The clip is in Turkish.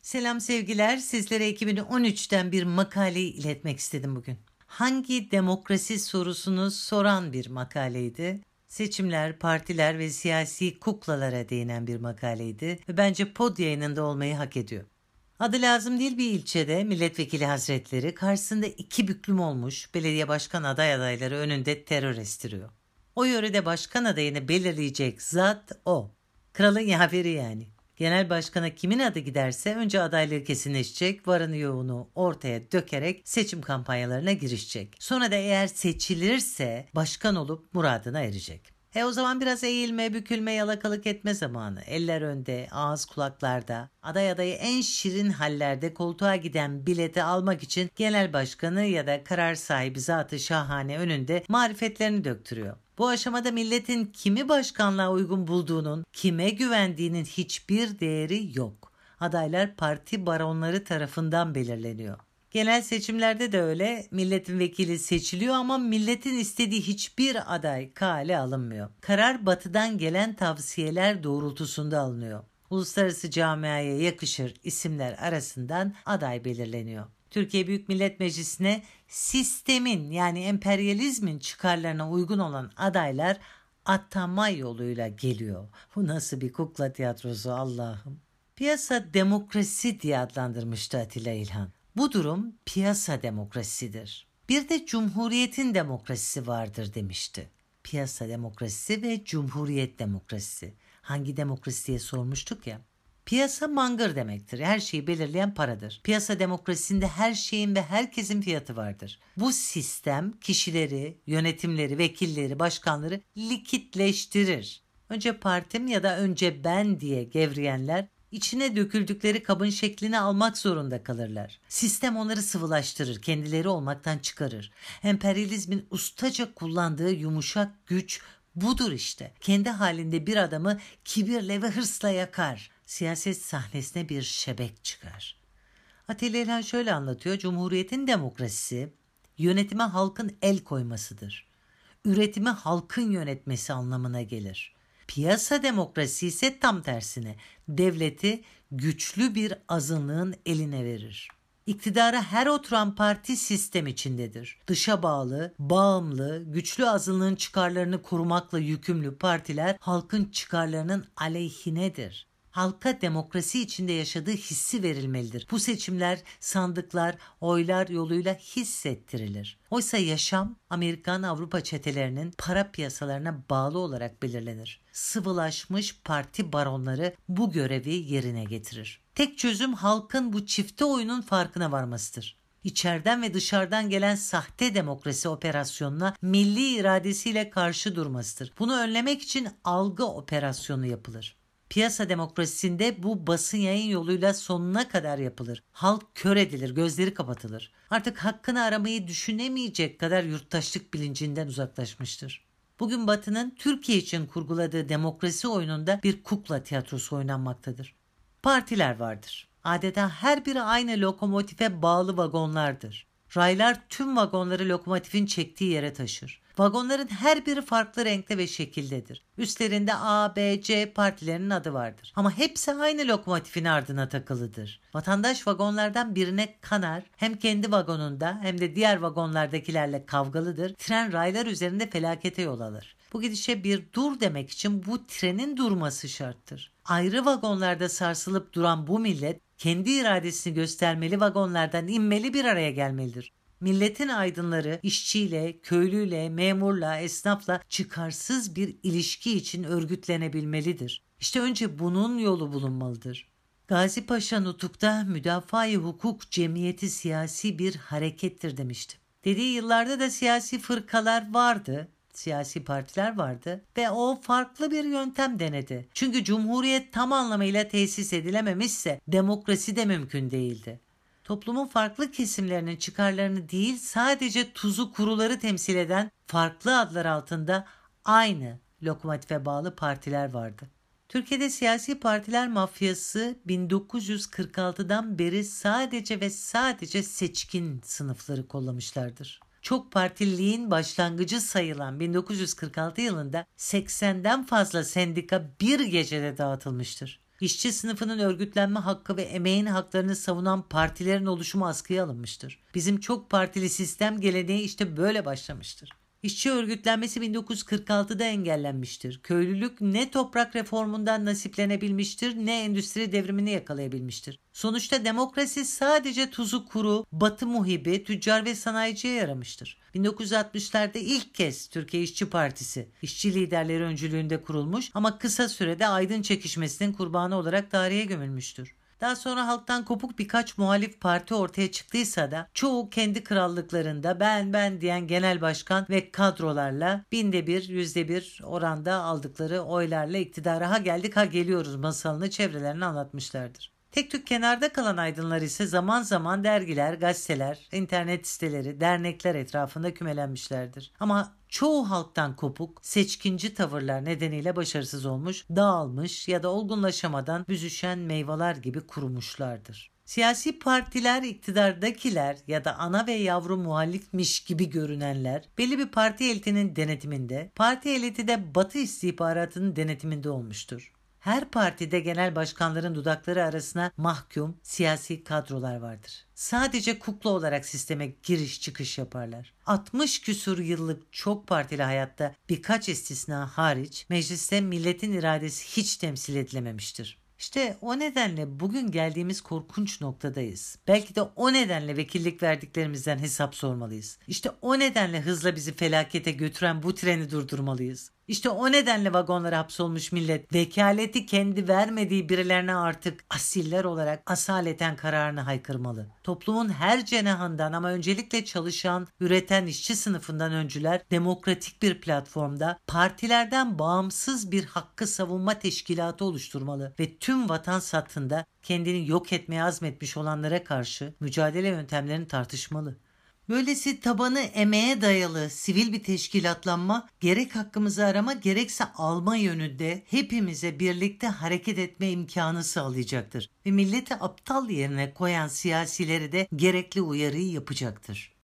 Selam sevgiler, sizlere 2013'ten bir makaleyi iletmek istedim bugün. Hangi demokrasi sorusunu soran bir makaleydi. Seçimler, partiler ve siyasi kuklalara değinen bir makaleydi ve bence Pod yayınında olmayı hak ediyor. Adı lazım değil bir ilçede milletvekili hazretleri karşısında iki büklüm olmuş belediye başkan adayları önünde terör estiriyor. O yörede başkan adayını belirleyecek zat o. Kralın yaveri yani. Genel başkana kimin adı giderse önce adayları kesinleşecek, varını yoğunu ortaya dökerek seçim kampanyalarına girişecek. Sonra da eğer seçilirse başkan olup muradına erecek. O zaman biraz eğilme, bükülme, yalakalık etme zamanı. Eller önde, ağız kulaklarda. Adayı en şirin hallerde koltuğa giden bileti almak için genel başkanı ya da karar sahibi zat-ı şahane önünde marifetlerini döktürüyor. Bu aşamada milletin kimi başkanlığa uygun bulduğunun, kime güvendiğinin hiçbir değeri yok. Adaylar parti baronları tarafından belirleniyor. Genel seçimlerde de öyle, milletin vekili seçiliyor ama milletin istediği hiçbir aday kale alınmıyor. Karar batıdan gelen tavsiyeler doğrultusunda alınıyor. Uluslararası camiaya yakışır isimler arasından aday belirleniyor. Türkiye Büyük Millet Meclisi'ne sistemin yani emperyalizmin çıkarlarına uygun olan adaylar atama yoluyla geliyor. Bu nasıl bir kukla tiyatrosu Allah'ım. Piyasa demokrasi diye adlandırmıştı Atilla İlhan. Bu durum piyasa demokrasisidir. Bir de cumhuriyetin demokrasisi vardır demişti. Piyasa demokrasisi ve cumhuriyet demokrasisi. Hangi demokrasi diye sormuştuk ya. Piyasa mangır demektir. Her şeyi belirleyen paradır. Piyasa demokrasisinde her şeyin ve herkesin fiyatı vardır. Bu sistem kişileri, yönetimleri, vekilleri, başkanları likitleştirir. Önce partim ya da önce ben diye gevreyenler İçine döküldükleri kabın şeklini almak zorunda kalırlar. Sistem onları sıvılaştırır, kendileri olmaktan çıkarır. Emperyalizmin ustaca kullandığı yumuşak güç budur işte. Kendi halinde bir adamı kibirle ve hırsla yakar. Siyaset sahnesine bir şebek çıkar. Atilla İlhan şöyle anlatıyor. Cumhuriyetin demokrasisi yönetime halkın el koymasıdır. Üretimi halkın yönetmesi anlamına gelir. Piyasa demokrasisi ise tam tersine devleti güçlü bir azınlığın eline verir. İktidara her oturan parti sistem içindedir. Dışa bağlı, bağımlı, güçlü azınlığın çıkarlarını korumakla yükümlü partiler halkın çıkarlarının aleyhinedir. Halka demokrasi içinde yaşadığı hissi verilmelidir. Bu seçimler, sandıklar, oylar yoluyla hissettirilir. Oysa yaşam Amerikan Avrupa çetelerinin para piyasalarına bağlı olarak belirlenir. Sıvılaşmış parti baronları bu görevi yerine getirir. Tek çözüm halkın bu çifte oyunun farkına varmasıdır. İçeriden ve dışarıdan gelen sahte demokrasi operasyonuna milli iradesiyle karşı durmasıdır. Bunu önlemek için algı operasyonu yapılır. Piyasa demokrasisinde bu basın yayın yoluyla sonuna kadar yapılır. Halk kör edilir, gözleri kapatılır. Artık hakkını aramayı düşünemeyecek kadar yurttaşlık bilincinden uzaklaşmıştır. Bugün Batı'nın Türkiye için kurguladığı demokrasi oyununda bir kukla tiyatrosu oynanmaktadır. Partiler vardır. Adeta her biri aynı lokomotife bağlı vagonlardır. Raylar tüm vagonları lokomotifin çektiği yere taşır. Vagonların her biri farklı renkte ve şekildedir. Üstlerinde A, B, C partilerinin adı vardır. Ama hepsi aynı lokomotifin ardına takılıdır. Vatandaş vagonlardan birine kanar, hem kendi vagonunda hem de diğer vagonlardakilerle kavgalıdır. Tren raylar üzerinde felakete yol alır. Bu gidişe bir dur demek için bu trenin durması şarttır. Ayrı vagonlarda sarsılıp duran bu millet kendi iradesini göstermeli, vagonlardan inmeli, bir araya gelmelidir. Milletin aydınları işçiyle, köylüyle, memurla, esnafla çıkarsız bir ilişki için örgütlenebilmelidir. İşte önce bunun yolu bulunmalıdır. Gazi Paşa Nutuk'ta müdafaa-i hukuk cemiyeti siyasi bir harekettir demişti. Dediği yıllarda da siyasi fırkalar vardı, siyasi partiler vardı ve o farklı bir yöntem denedi. Çünkü cumhuriyet tam anlamıyla tesis edilememişse demokrasi de mümkün değildi. Toplumun farklı kesimlerinin çıkarlarını değil, sadece tuzu kuruları temsil eden farklı adlar altında aynı lokomotife bağlı partiler vardı. Türkiye'de siyasi partiler mafyası 1946'dan beri sadece ve sadece seçkin sınıfları kollamışlardır. Çok partililiğin başlangıcı sayılan 1946 yılında 80'den fazla sendika bir gecede dağıtılmıştır. İşçi sınıfının örgütlenme hakkı ve emeğin haklarını savunan partilerin oluşumu askıya alınmıştır. Bizim çok partili sistem geleneği işte böyle başlamıştır. İşçi örgütlenmesi 1946'da engellenmiştir. Köylülük ne toprak reformundan nasiplenebilmiştir ne endüstri devrimini yakalayabilmiştir. Sonuçta demokrasi sadece tuzu kuru, batı muhibi, tüccar ve sanayiciye yaramıştır. 1960'larda ilk kez Türkiye İşçi Partisi, işçi liderleri öncülüğünde kurulmuş ama kısa sürede aydın çekişmesinin kurbanı olarak tarihe gömülmüştür. Daha sonra halktan kopuk birkaç muhalif parti ortaya çıktıysa da çoğu kendi krallıklarında ben diyen genel başkan ve kadrolarla %1 oranda aldıkları oylarla iktidara ha geldik ha geliyoruz masalını çevrelerine anlatmışlardır. Tek tük kenarda kalan aydınlar ise zaman zaman dergiler, gazeteler, internet siteleri, dernekler etrafında kümelenmişlerdir. Ama çoğu halktan kopuk, seçkinci tavırlar nedeniyle başarısız olmuş, dağılmış ya da olgunlaşamadan büzüşen meyveler gibi kurumuşlardır. Siyasi partiler, iktidardakiler ya da ana ve yavru muhalifmiş gibi görünenler belli bir parti elitinin denetiminde, parti eliti de Batı istihbaratının denetiminde olmuştur. Her partide genel başkanların dudakları arasına mahkum siyasi kadrolar vardır. Sadece kukla olarak sisteme giriş çıkış yaparlar. 60 küsur yıllık çok partili hayatta birkaç istisna hariç mecliste milletin iradesi hiç temsil edilememiştir. İşte o nedenle bugün geldiğimiz korkunç noktadayız. Belki de o nedenle vekillik verdiklerimizden hesap sormalıyız. İşte o nedenle hızla bizi felakete götüren bu treni durdurmalıyız. İşte o nedenle vagonlara hapsolmuş millet vekaleti kendi vermediği birilerine artık asiller olarak asaleten kararını haykırmalı. Toplumun her cenahından ama öncelikle çalışan, üreten işçi sınıfından öncüler demokratik bir platformda partilerden bağımsız bir hakkı savunma teşkilatı oluşturmalı ve tüm vatan sattığında kendini yok etmeye azmetmiş olanlara karşı mücadele yöntemlerini tartışmalı. Böylesi tabanı emeğe dayalı sivil bir teşkilatlanma gerek hakkımızı arama gerekse alma yönünde hepimize birlikte hareket etme imkanı sağlayacaktır. Ve milleti aptal yerine koyan siyasileri de gerekli uyarıyı yapacaktır.